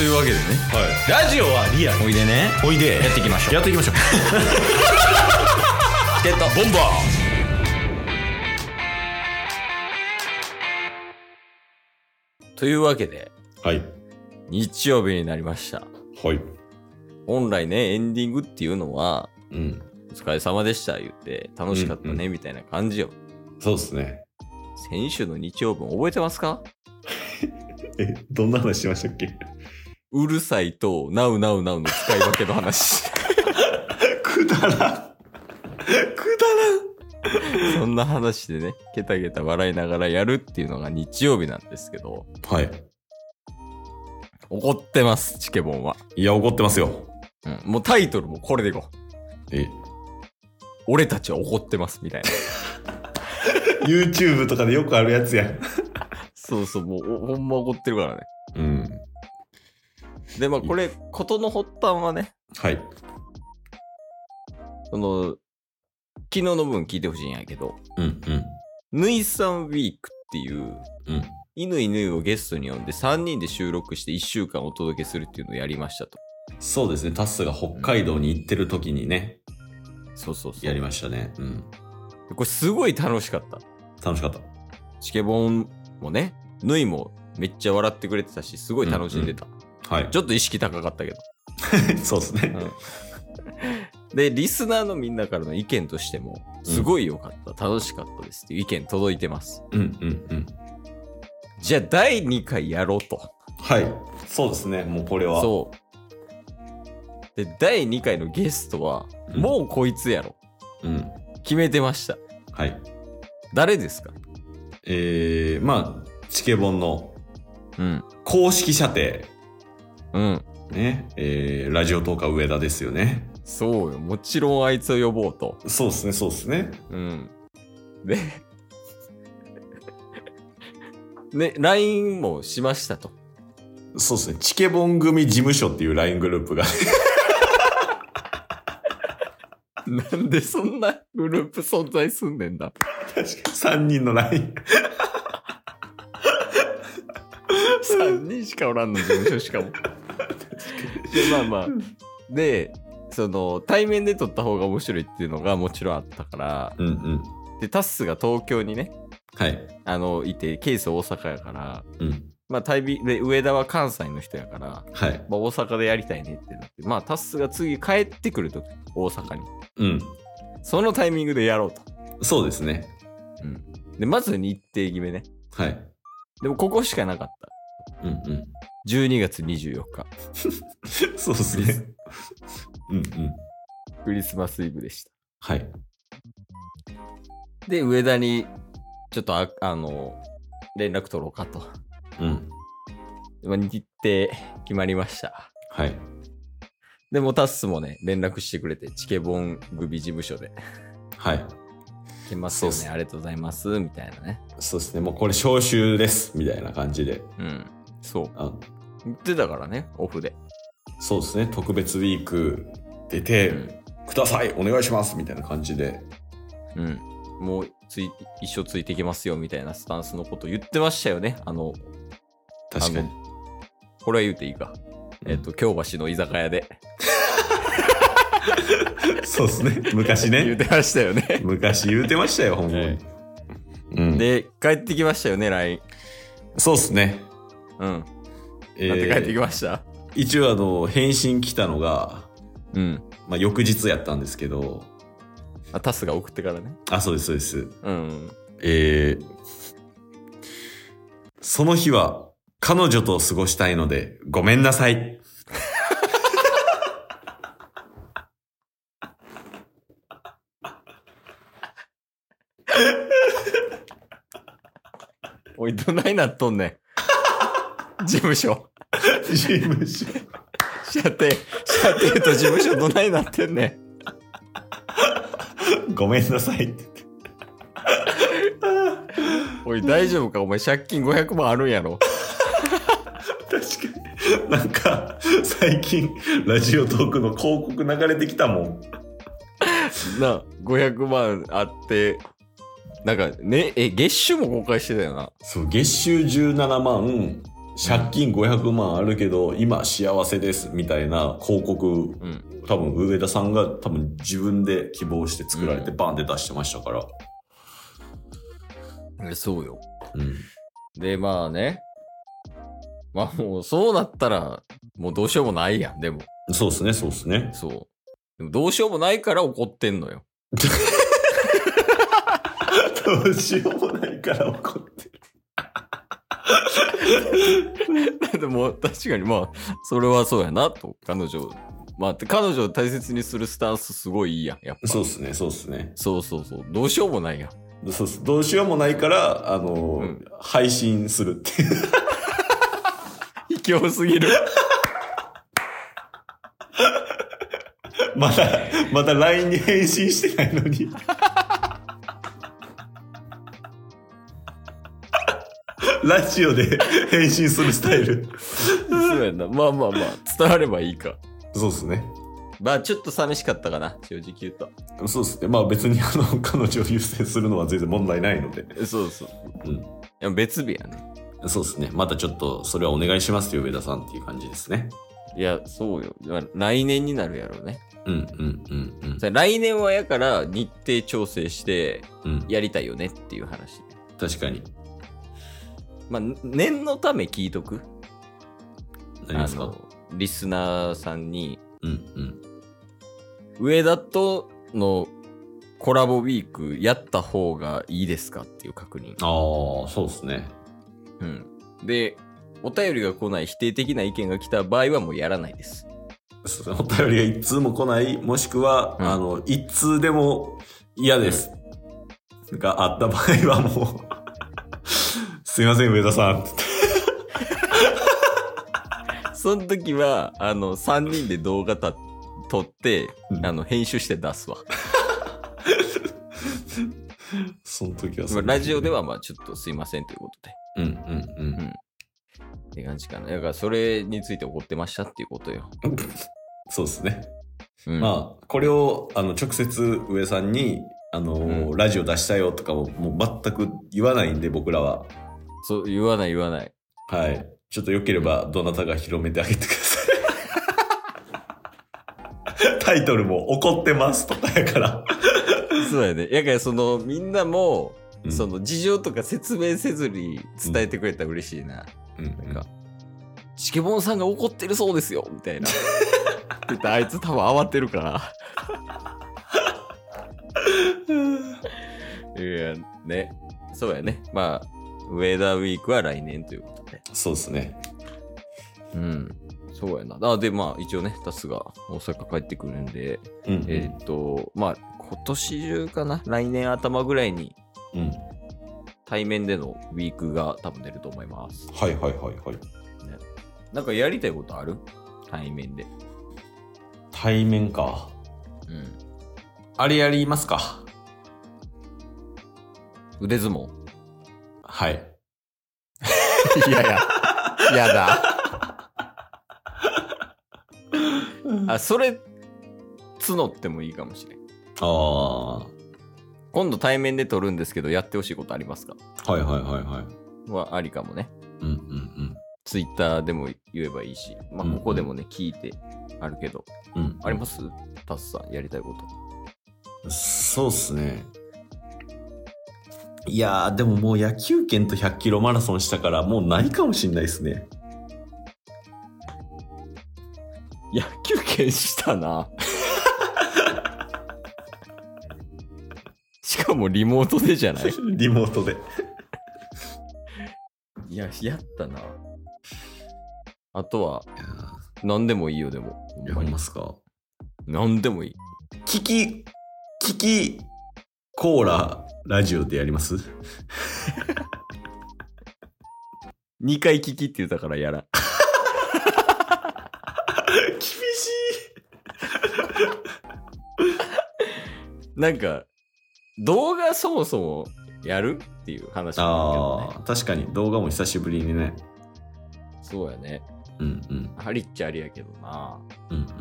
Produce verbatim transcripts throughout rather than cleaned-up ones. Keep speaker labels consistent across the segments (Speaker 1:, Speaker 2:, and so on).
Speaker 1: というわけでね、
Speaker 2: はい、ラジオはリアル。
Speaker 1: おいでね、
Speaker 2: おいで
Speaker 1: やっていきましょう。
Speaker 2: やっていきましょう
Speaker 1: チケットボンバーというわけで、
Speaker 2: はい
Speaker 1: 日曜日になりました。
Speaker 2: はい。
Speaker 1: 本来ね、エンディングっていうのは、
Speaker 2: うん、
Speaker 1: お疲れ様でした言って楽しかったね、うんうん、みたいな感じよ。
Speaker 2: そうですね。
Speaker 1: 先週の日曜分覚えてますか？
Speaker 2: え、どんな話しましたっけ？
Speaker 1: うるさいとナウナウナウの使い分けの話。
Speaker 2: くだらんくだらん。
Speaker 1: そんな話でね、ケタケタ笑いながらやるっていうのが日曜日なんですけど、
Speaker 2: はい。
Speaker 1: 怒ってます、チケボンは。
Speaker 2: いや、怒ってますよ。
Speaker 1: うん、もうタイトルもこれでいこう。
Speaker 2: え、
Speaker 1: 俺たちは怒ってますみたいな。
Speaker 2: YouTube とかでよくあるやつや。
Speaker 1: そうそう、もうほんま怒ってるからね。
Speaker 2: うん。
Speaker 1: で、まあこれ、事の発端はね、
Speaker 2: はい。
Speaker 1: その、昨日の分聞いてほしいんやけど、
Speaker 2: うんうん。
Speaker 1: ぬいさんウィークっていう、
Speaker 2: うん。
Speaker 1: 犬犬をゲストに呼んでさんにんで収録していっしゅうかんお届けするっていうのをやりましたと。
Speaker 2: そうですね。タスが北海道に行ってる時にね、
Speaker 1: うん、そうそうそう。
Speaker 2: やりましたね。うん。
Speaker 1: これすごい楽しかった。
Speaker 2: 楽しかった。
Speaker 1: チケボンもね、ぬいもめっちゃ笑ってくれてたし、すごい楽しんでた。うんうん、はい。ちょっと意識高かったけど。
Speaker 2: そうですね、
Speaker 1: うん。で、リスナーのみんなからの意見としても、すごい良かった、うん、楽しかったですっていう意見届いてます。
Speaker 2: うんうんうん。
Speaker 1: じゃあだいにかいやろうと。
Speaker 2: はい。そうですね。もうこれは。
Speaker 1: そう。で、だいにかいのゲストは、うん、もうこいつやろ。うん。決めてました。
Speaker 2: はい。
Speaker 1: 誰ですか？
Speaker 2: えー、まあ、チケボンの、
Speaker 1: うん。
Speaker 2: 公式射程。
Speaker 1: うん。
Speaker 2: ね。えー、ラジオトーカー上田ですよね。
Speaker 1: そうよ。もちろんあいつを呼ぼうと。
Speaker 2: そうですね、そうですね。
Speaker 1: うん。で、ね、ライン もしましたと。
Speaker 2: そうですね。チケボン組事務所っていう ライン グループが。
Speaker 1: なんでそんなグループ存在すんねんだ。
Speaker 2: 確かにさんにんの ライン。
Speaker 1: さんにんしかおらんの、事務所しかも。で、まあまあ。で、その、対面で撮った方が面白いっていうのがもちろんあったから、
Speaker 2: うんうん。
Speaker 1: で、タッスが東京にね、
Speaker 2: はい。
Speaker 1: あの、いて、ケース大阪やから、
Speaker 2: うん。ま
Speaker 1: あ、対比で、上田は関西の人やから、
Speaker 2: はい。
Speaker 1: まあ、大阪でやりたいねってなって、まあ、タッスが次帰ってくるとき、大阪に。
Speaker 2: うん。そ
Speaker 1: のタイミングでやろうと。
Speaker 2: そうですね。
Speaker 1: うん。で、まず日程決めね。
Speaker 2: はい。
Speaker 1: でも、ここしかなかった。
Speaker 2: うんうん。
Speaker 1: じゅうにがつにじゅうよっか。
Speaker 2: そうですね。うんうん。
Speaker 1: クリスマスイブでした。
Speaker 2: はい。
Speaker 1: で、上田に、ちょっとあ、あの、連絡取ろうかと。
Speaker 2: うん。
Speaker 1: 日程決まりました。
Speaker 2: はい。
Speaker 1: でもタッスもね、連絡してくれて、チケボン組事務所で。
Speaker 2: はい。
Speaker 1: 来ますよね、ありがとうございます、みたいなね。
Speaker 2: そうですね、もうこれ招集です、みたいな感じで。
Speaker 1: うん。そう。あ言ってたからね、オフで。
Speaker 2: そうですね、特別ウィーク出て、うん、ください、お願いします、みたいな感じで。
Speaker 1: うん。もうつい、一生ついていきますよ、みたいなスタンスのこと言ってましたよね、あの、
Speaker 2: 確かに。
Speaker 1: これは言うていいか。えっと、京橋の居酒屋で。
Speaker 2: そうですね。昔ね。
Speaker 1: 言うてましたよね。
Speaker 2: 昔言うてましたよ、ほんまに、え
Speaker 1: ーうん。で、帰ってきましたよね、ライン。
Speaker 2: そうっすね。
Speaker 1: うん。えー、なんて帰ってきました？
Speaker 2: 一応、あの、返信来たのが、
Speaker 1: うん。
Speaker 2: まあ、翌日やったんですけど。
Speaker 1: あ、タスが送ってからね。
Speaker 2: あ、そうです、そうです。
Speaker 1: うん。
Speaker 2: えー、その日は、彼女と過ごしたいので、ごめんなさい。
Speaker 1: おい、どないなっとんねん。事務所。
Speaker 2: 事務所。
Speaker 1: 射程、射程と事務所どないなってんね
Speaker 2: ん。ごめんなさいって言って。
Speaker 1: おい、大丈夫か？お前借金ごひゃくまんあるんやろ。
Speaker 2: 確かに。なんか、最近、ラジオトークの広告流れてきたもん。
Speaker 1: な、ごひゃくまんあって、なんかね、え、月収も公開してたよな。
Speaker 2: そう、月収じゅうななまん、 借金ごひゃくまんあるけど、今幸せですみたいな広告、うん、多分上田さんが多分自分で希望して作られてバンって出してましたから。
Speaker 1: うん、そうよ。
Speaker 2: うん。
Speaker 1: で、まあね。まあもうそうなったら、もうどうしようもないやん、でも。
Speaker 2: そうっすね、そうっすね。
Speaker 1: そう。でもどうしようもないから怒ってんのよ。
Speaker 2: どうしようもないから怒ってる。
Speaker 1: でも確かにまあ、それはそうやなと、彼女。まあ、彼女を大切にするスタンスすごいいいやん、やっぱ。
Speaker 2: そうっすね、そうっすね。
Speaker 1: そうそうそう。どうしようもないやん。
Speaker 2: そうっす。どうしようもないから、あのーうん、配信するっていう。
Speaker 1: 卑怯すぎる。
Speaker 2: まだ、まだ ライン に返信してないのに。ラジオで返信するスタイル。
Speaker 1: そうやな。まあまあまあ、伝わればいいか。
Speaker 2: そうっすね。
Speaker 1: まあちょっと寂しかったかな、正直言うと。
Speaker 2: そうっすね。まあ別にあの、彼女を優先するのは全然問題ないので。
Speaker 1: そうそう。うん。いや別日やね。
Speaker 2: そうっすね。またちょっと、それはお願いしますよ、上田さんっていう感じですね。
Speaker 1: いや、そうよ。来年になるやろうね。
Speaker 2: うんうんうんうん。
Speaker 1: 来年はやから日程調整してやりたいよねっていう話。
Speaker 2: うん、確かに。
Speaker 1: まあ、念のため聞いとく。
Speaker 2: 何ですか？
Speaker 1: リスナーさんに、
Speaker 2: うんうん、
Speaker 1: 上田とのコラボウィークやった方がいいですかっていう確認。
Speaker 2: ああ、そうですね。
Speaker 1: うん。で、お便りが来ない否定的な意見が来た場合はもうやらないです。
Speaker 2: お便りが一通も来ない、もしくは、うん、あの、一通でも嫌です。うん、があった場合はもう、すいません、上田さん。
Speaker 1: その時は、あの、さんにんで動画た撮って、うん、あの、編集して出すわ。
Speaker 2: その時はその時、
Speaker 1: ラジオでは、まあちょっとすいませんということで。
Speaker 2: うんうんうん。うん。
Speaker 1: って感じかな。だからそれについて怒ってましたっていうことよ。
Speaker 2: そうですね。
Speaker 1: うん、
Speaker 2: まあ、これを、あの、直接上さんに、あの、うん、ラジオ出したよとかも、もう全く言わないんで、僕らは。
Speaker 1: そう、言わない言わない。
Speaker 2: はい。ちょっと良ければ、どなたが広めてあげてください。タイトルも怒ってますとかやから。
Speaker 1: そうやね。やからその、みんなも、うん、その、事情とか説明せずに伝えてくれたら嬉しいな。うん。なんか、チケボンさんが怒ってるそうですよみたいな。言ってあいつ多分慌てるから。いや、ね。そうやね。まあ、ウェーダーウィークは来年ということで。
Speaker 2: そうですね。
Speaker 1: うん。そうやな。あ、で、まあ、一応ね、タスが大阪帰ってくるんで、うんうん、えっと、まあ、今年中かな、来年頭ぐらいに、
Speaker 2: うん、
Speaker 1: 対面でのウィークが多分出ると思います。
Speaker 2: はいはいはいはい。
Speaker 1: ね、なんかやりたいことある？対面で。
Speaker 2: 対面か。
Speaker 1: うん。
Speaker 2: あれやりますか。
Speaker 1: 腕相撲。
Speaker 2: はい。
Speaker 1: いやいや、やだ。あ、それ、募ってもいいかもしれん。
Speaker 2: ああ。
Speaker 1: 今度対面で撮るんですけど、やってほしいことありますか？
Speaker 2: はいはいはいはい。
Speaker 1: はありかもね。
Speaker 2: うんうんうん。
Speaker 1: ツイッターでも言えばいいし、まあここでもね、うんうん、聞いてあるけど、
Speaker 2: うん、
Speaker 1: あります？タスさん、やりたいこと。
Speaker 2: そうっすね。いやー、でももう野球拳とひゃっキロマラソンしたからもうないかもしんないですね。
Speaker 1: 野球拳したな。しかもリモートでじゃない？
Speaker 2: リモートで。
Speaker 1: いや、やったな。あとは、何でもいいよ、でも。
Speaker 2: やりますか？
Speaker 1: 何でもいい。
Speaker 2: キキ、キキ、コーラ、ラジオでやります？
Speaker 1: にかい聞きって言ったからやら。
Speaker 2: 厳し
Speaker 1: い。なんか、動画そもそもやるっていう話なんだけどね。
Speaker 2: ああ、確かに動画も久しぶりにね。
Speaker 1: そうやね。
Speaker 2: うんうん。
Speaker 1: ありっちゃありやけどな。
Speaker 2: うんうん。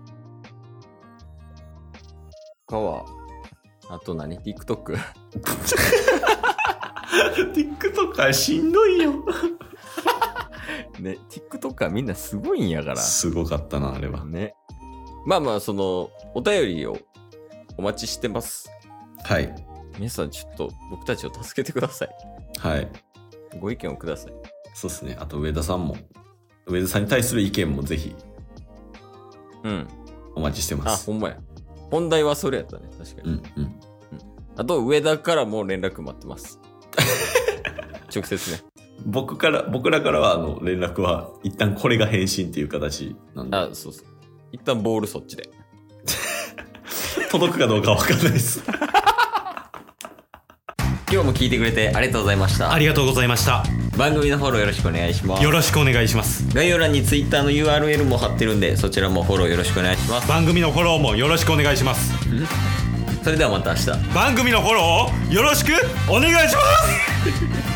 Speaker 1: 他は、あと何 ?TikTok？
Speaker 2: TikTok はしんどいよ。
Speaker 1: ね、TikTok はみんなすごいんやから。
Speaker 2: すごかったな、あれは。
Speaker 1: ね。まあまあ、その、お便りをお待ちしてます。
Speaker 2: はい。
Speaker 1: 皆さん、ちょっと僕たちを助けてください。
Speaker 2: はい。
Speaker 1: ご意見をください。
Speaker 2: そうですね。あと、上田さんも、上田さんに対する意見もぜひ、
Speaker 1: うん。
Speaker 2: お待ちしてま
Speaker 1: あ、
Speaker 2: す。
Speaker 1: ほんまや。本題はそれやったね、確かに。
Speaker 2: うんうん。
Speaker 1: あと、上田からも連絡待ってます。直接ね。
Speaker 2: 僕から、僕らからは、あの、連絡は、一旦これが返信っていう形なんで。
Speaker 1: あ、そうそう。一旦ボールそっちで。
Speaker 2: 届くかどうかわかんないです。
Speaker 1: 今日も聞いてくれてありがとうございました。
Speaker 3: ありがとうございました。
Speaker 1: 番組のフォローよろしくお願いします。
Speaker 3: よろしくお願いします。
Speaker 1: 概要欄に Twitter の ユーアールエル も貼ってるんで、そちらもフォローよろしくお願いします。
Speaker 3: 番組のフォローもよろしくお願いします。
Speaker 1: それではまた明日。
Speaker 3: 番組のフォローをよろしくお願いします。